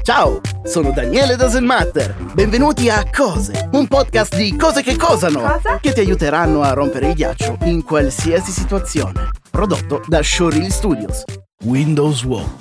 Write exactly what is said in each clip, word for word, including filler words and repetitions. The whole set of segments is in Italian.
Ciao, sono Daniele Doesn't Matter. Benvenuti a Cose, un podcast di cose che cosano, Cosa? che ti aiuteranno a rompere il ghiaccio in qualsiasi situazione. Prodotto da Showreel Studios. Windows Swap.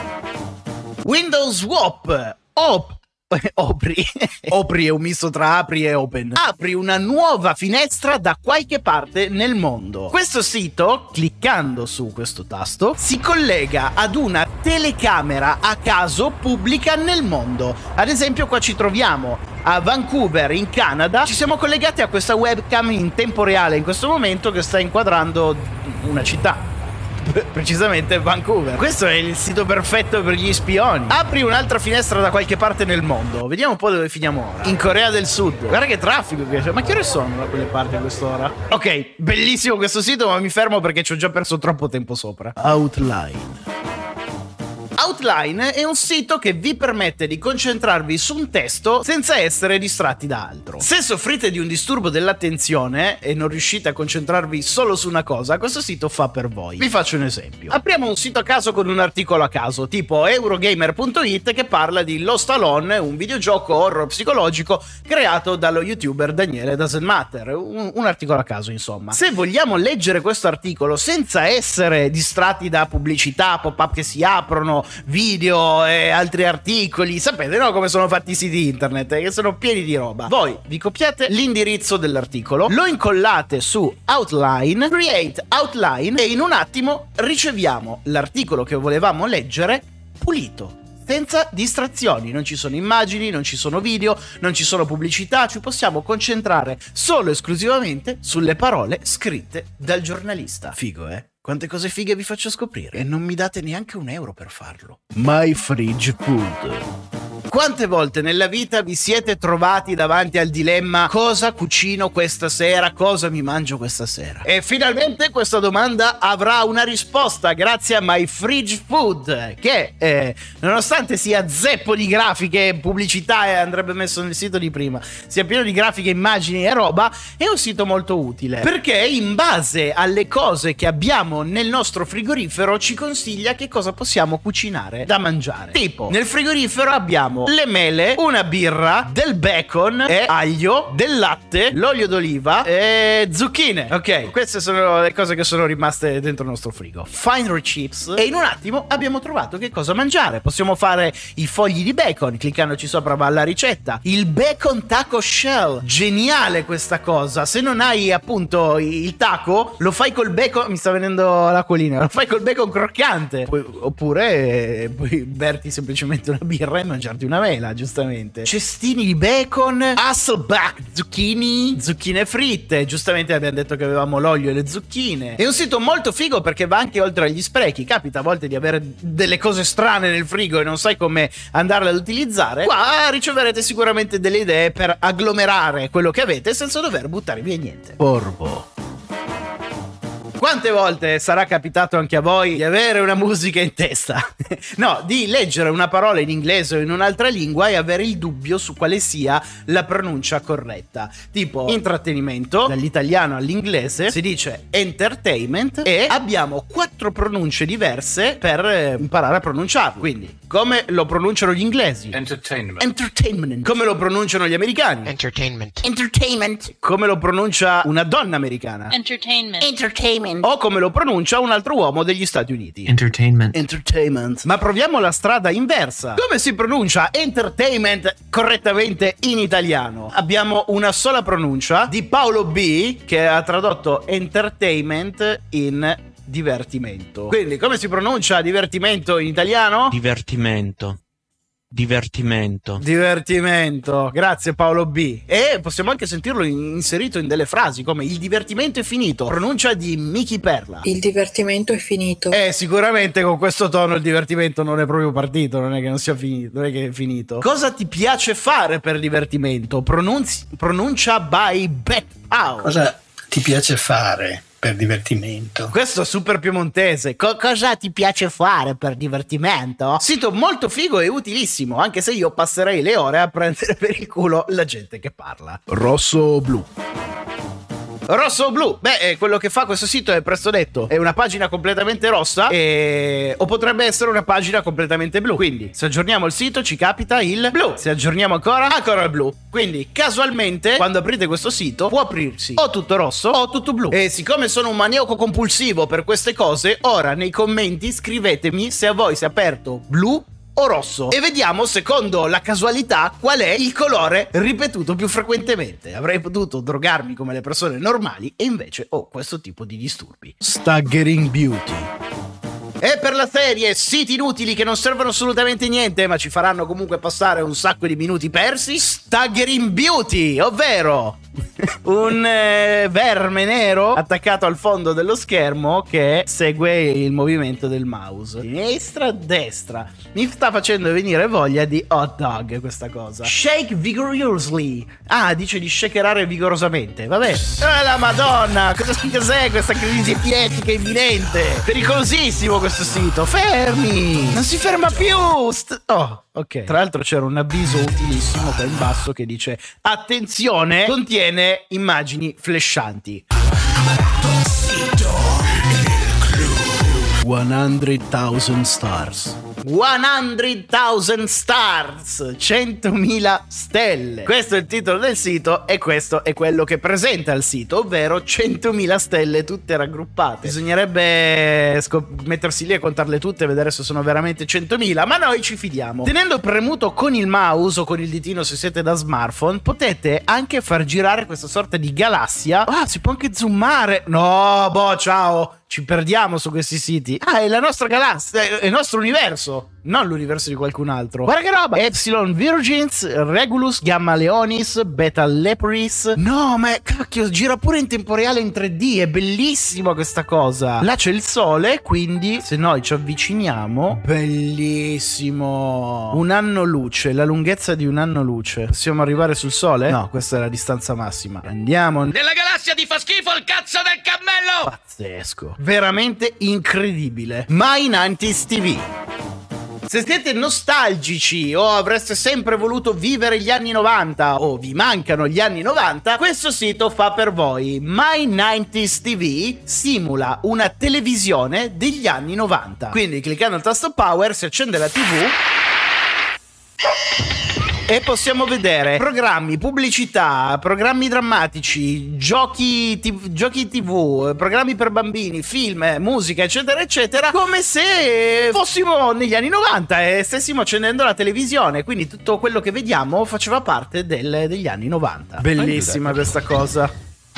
Windows Swap. Op. Opri. Opri è un misto tra apri e open. Apri una nuova finestra da qualche parte nel mondo. Questo sito, cliccando su questo tasto, si collega ad una telecamera a caso pubblica nel mondo. Ad esempio, qua ci troviamo a Vancouver, in Canada. Ci siamo collegati a questa webcam in tempo reale in questo momento che sta inquadrando una città. Precisamente Vancouver. Questo è il sito perfetto per gli spioni. Apri un'altra finestra da qualche parte nel mondo. Vediamo un po' dove finiamo ora. In Corea del Sud. Guarda che traffico che c'è. Ma che ore sono da quelle parti a quest'ora? Ok, bellissimo questo sito, ma mi fermo perché ci ho già perso troppo tempo sopra. Outline. Outline è un sito che vi permette di concentrarvi su un testo senza essere distratti da altro. Se soffrite di un disturbo dell'attenzione e non riuscite a concentrarvi solo su una cosa, questo sito fa per voi. Vi faccio un esempio. Apriamo un sito a caso con un articolo a caso, tipo Eurogamer punto it, che parla di Lost Alone, un videogioco horror psicologico creato dallo youtuber Daniele Doesn't Matter. Un, un articolo a caso, insomma. Se vogliamo leggere questo articolo senza essere distratti da pubblicità, pop-up che si aprono, video e altri articoli, sapete, no, come sono fatti i siti internet, eh, che sono pieni di roba. Voi vi copiate l'indirizzo dell'articolo, lo incollate su Outline, create Outline, e in un attimo riceviamo l'articolo che volevamo leggere pulito, senza distrazioni. Non ci sono immagini, non ci sono video, non ci sono pubblicità. Ci possiamo concentrare solo e esclusivamente sulle parole scritte dal giornalista. Figo, eh? Quante cose fighe vi faccio scoprire, e non mi date neanche un euro per farlo. My Fridge Food. Quante volte nella vita vi siete trovati davanti al dilemma: cosa cucino questa sera, cosa mi mangio questa sera? E finalmente questa domanda avrà una risposta grazie a My Fridge Food, che eh, nonostante sia zeppo di grafiche, pubblicità, e andrebbe messo nel sito di prima, sia pieno di grafiche, immagini e roba, è un sito molto utile, perché in base alle cose che abbiamo nel nostro frigorifero ci consiglia che cosa possiamo cucinare da mangiare. Tipo, nel frigorifero abbiamo le mele, una birra, del bacon e aglio, del latte, l'olio d'oliva e zucchine. Ok, queste sono le cose che sono rimaste dentro il nostro frigo. Find chips. E in un attimo abbiamo trovato che cosa mangiare. Possiamo fare i fogli di bacon, cliccandoci sopra va la ricetta. Il bacon taco shell. Geniale questa cosa. Se non hai appunto il taco, lo fai col bacon. Mi sta venendo l'acquolina. Lo fai col bacon croccante. Poi, oppure eh, puoi berti semplicemente una birra e mangiarti una mela, giustamente. Cestini di bacon, Hasselback zucchini, zucchine fritte. Giustamente abbiamo detto che avevamo l'olio e le zucchine. È un sito molto figo perché va anche oltre agli sprechi. Capita a volte di avere delle cose strane nel frigo e non sai come andarle ad utilizzare. Qua riceverete sicuramente delle idee per agglomerare quello che avete senza dover buttare via niente. Porbo. Quante volte sarà capitato anche a voi di avere una musica in testa? No, di leggere una parola in inglese o in un'altra lingua e avere il dubbio su quale sia la pronuncia corretta. Tipo intrattenimento, dall'italiano all'inglese si dice entertainment, e abbiamo quattro pronunce diverse per imparare a pronunciarlo. Quindi, come lo pronunciano gli inglesi? Entertainment. Entertainment. Come lo pronunciano gli americani? Entertainment. Entertainment. Come lo pronuncia una donna americana? Entertainment. Entertainment. O come lo pronuncia un altro uomo degli Stati Uniti? Entertainment. Entertainment. Ma proviamo la strada inversa. Come si pronuncia entertainment correttamente in italiano? Abbiamo una sola pronuncia di Paolo B, che ha tradotto entertainment in divertimento. Quindi, come si pronuncia divertimento in italiano? Divertimento. Divertimento. Divertimento. Grazie Paolo B. E possiamo anche sentirlo inserito in delle frasi come il divertimento è finito. Pronuncia di Miki Perla. Il divertimento è finito. Eh, sicuramente con questo tono il divertimento non è proprio partito, non è che non sia finito, non è che è finito. Cosa ti piace fare per divertimento? Pronunzi- pronuncia by Bet Pau. Cosa ti piace fare per divertimento? Questo è super piemontese. Co- cosa ti piace fare per divertimento? Sito molto figo e utilissimo, anche se io passerei le ore a prendere per il culo la gente che parla. Rosso o blu? Rosso o blu? Beh, quello che fa questo sito è presto detto. È una pagina completamente rossa e... o potrebbe essere una pagina completamente blu. Quindi, se aggiorniamo il sito ci capita il blu. Se aggiorniamo ancora, ancora il blu. Quindi, casualmente, quando aprite questo sito, può aprirsi o tutto rosso o tutto blu. E siccome sono un maniaco compulsivo per queste cose, ora nei commenti scrivetemi se a voi si è aperto blu o rosso e vediamo, secondo la casualità, qual è il colore ripetuto più frequentemente. Avrei potuto drogarmi come le persone normali e invece ho questo tipo di disturbi. Staggering Beauty. E per la serie siti inutili che non servono assolutamente niente ma ci faranno comunque passare un sacco di minuti persi, Staggering Beauty, ovvero un eh, verme nero attaccato al fondo dello schermo che segue il movimento del mouse sinistra destra. Mi sta facendo venire voglia di hot dog questa cosa. Shake vigorously. Ah, dice di shakerare vigorosamente. Vabbè. Oh, la madonna, cosa cos'è questa crisi epietica imminente? Pericolosissimo questo sito. Fermi. Non si ferma più. St- oh, ok. Tra l'altro c'era un avviso utilissimo qua in basso che dice: attenzione, contiene immagini flashanti. centomila stars. centomila stars, centomila stelle. Questo è il titolo del sito e questo è quello che presenta il sito, ovvero centomila stelle tutte raggruppate. Bisognerebbe scop- mettersi lì a contarle tutte e vedere se sono veramente centomila, ma noi ci fidiamo. Tenendo premuto con il mouse o con il ditino se siete da smartphone, potete anche far girare questa sorta di galassia. Ah, si può anche zoomare. No, boh, ciao. Ci perdiamo su questi siti. Ah, è la nostra galassia, è il nostro universo, non l'universo di qualcun altro. Guarda che roba! Epsilon Virgins, Regulus, Gamma Leonis, Beta Leporis. No, ma cacchio, gira pure in tempo reale in tre D, è bellissima questa cosa. Là c'è il sole, quindi se noi ci avviciniamo, bellissimo. Un anno luce, la lunghezza di un anno luce. Possiamo arrivare sul sole? No, questa è la distanza massima. Andiamo. Nella galassia ti fa schifo il cazzo del cammello! Pazzesco. Veramente incredibile. My novanta T V. Se siete nostalgici o avreste sempre voluto vivere gli anni novanta o vi mancano gli anni novanta, questo sito fa per voi. My novanta T V simula una televisione degli anni novanta. Quindi cliccando il tasto power si accende la tivù e possiamo vedere programmi, pubblicità, programmi drammatici, giochi, tiv- giochi tv, programmi per bambini, film, musica, eccetera, eccetera, come se fossimo negli anni novanta e stessimo accendendo la televisione. Quindi tutto quello che vediamo faceva parte del, degli anni novanta. Bellissima questa cosa.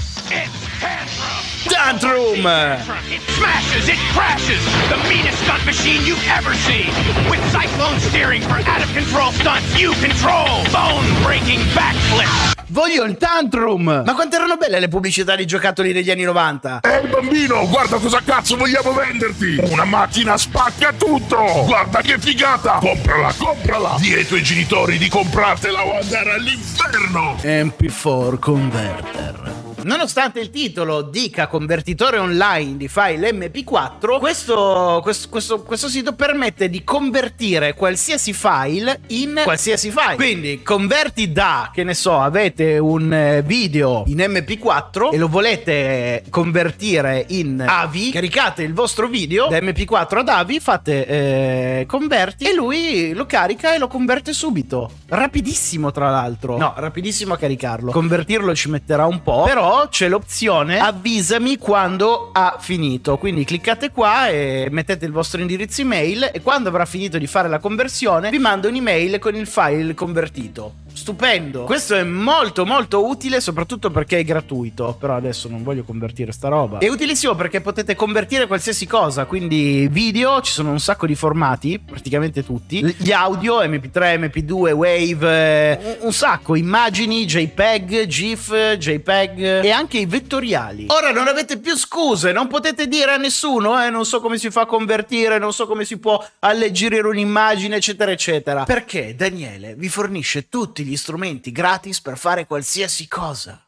Tantrum! It smashes, it crashes, the meanest stunt machine you've ever seen. With cyclone steering for out-of-control stunts you control. Bone-breaking backflips. Voglio il Tantrum! Ma quanto erano belle le pubblicità di giocattoli degli anni novanta? Ehi bambino, guarda cosa cazzo vogliamo venderti! Una macchina spacca tutto! Guarda che figata! Comprala, comprala! Dì ai tuoi genitori di comprartela o andare all'inferno! M P quattro Converter. Nonostante il titolo dica convertitore online di file M P quattro, questo, questo, questo, questo sito permette di convertire qualsiasi file in qualsiasi file. Quindi converti da, che ne so, avete un video in M P quattro e lo volete convertire in A V I, caricate il vostro video da M P quattro ad A V I, fate eh, converti e lui lo carica e lo converte subito. Rapidissimo, tra l'altro. No, rapidissimo a caricarlo. Convertirlo ci metterà un po', però c'è l'opzione avvisami quando ha finito, quindi cliccate qua e mettete il vostro indirizzo email e quando avrà finito di fare la conversione vi manda un'email con il file convertito. Stupendo, questo è molto molto utile, soprattutto perché è gratuito. Però adesso non voglio convertire sta roba. È utilissimo perché potete convertire qualsiasi cosa, quindi video, ci sono un sacco di formati, praticamente tutti, gli audio M P tre, M P due, Wave, un, un sacco, immagini, JPEG, GIF, JPEG e anche i vettoriali. Ora non avete più scuse, non potete dire a nessuno eh non so come si fa a convertire, non so come si può alleggerire un'immagine, eccetera eccetera, perché Daniele vi fornisce tutti gli strumenti gratis per fare qualsiasi cosa.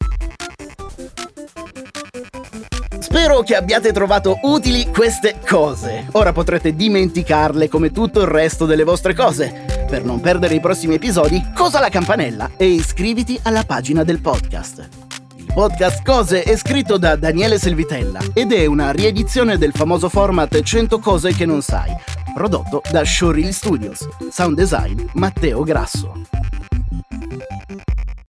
Spero che abbiate trovato utili queste cose. Ora potrete dimenticarle come tutto il resto delle vostre cose. Per non perdere i prossimi episodi, cosa la campanella e iscriviti alla pagina del podcast. Il podcast Cose è scritto da Daniele Selvitella ed è una riedizione del famoso format cento cose che non sai, prodotto da Showreel Studios. Sound design Matteo Grasso.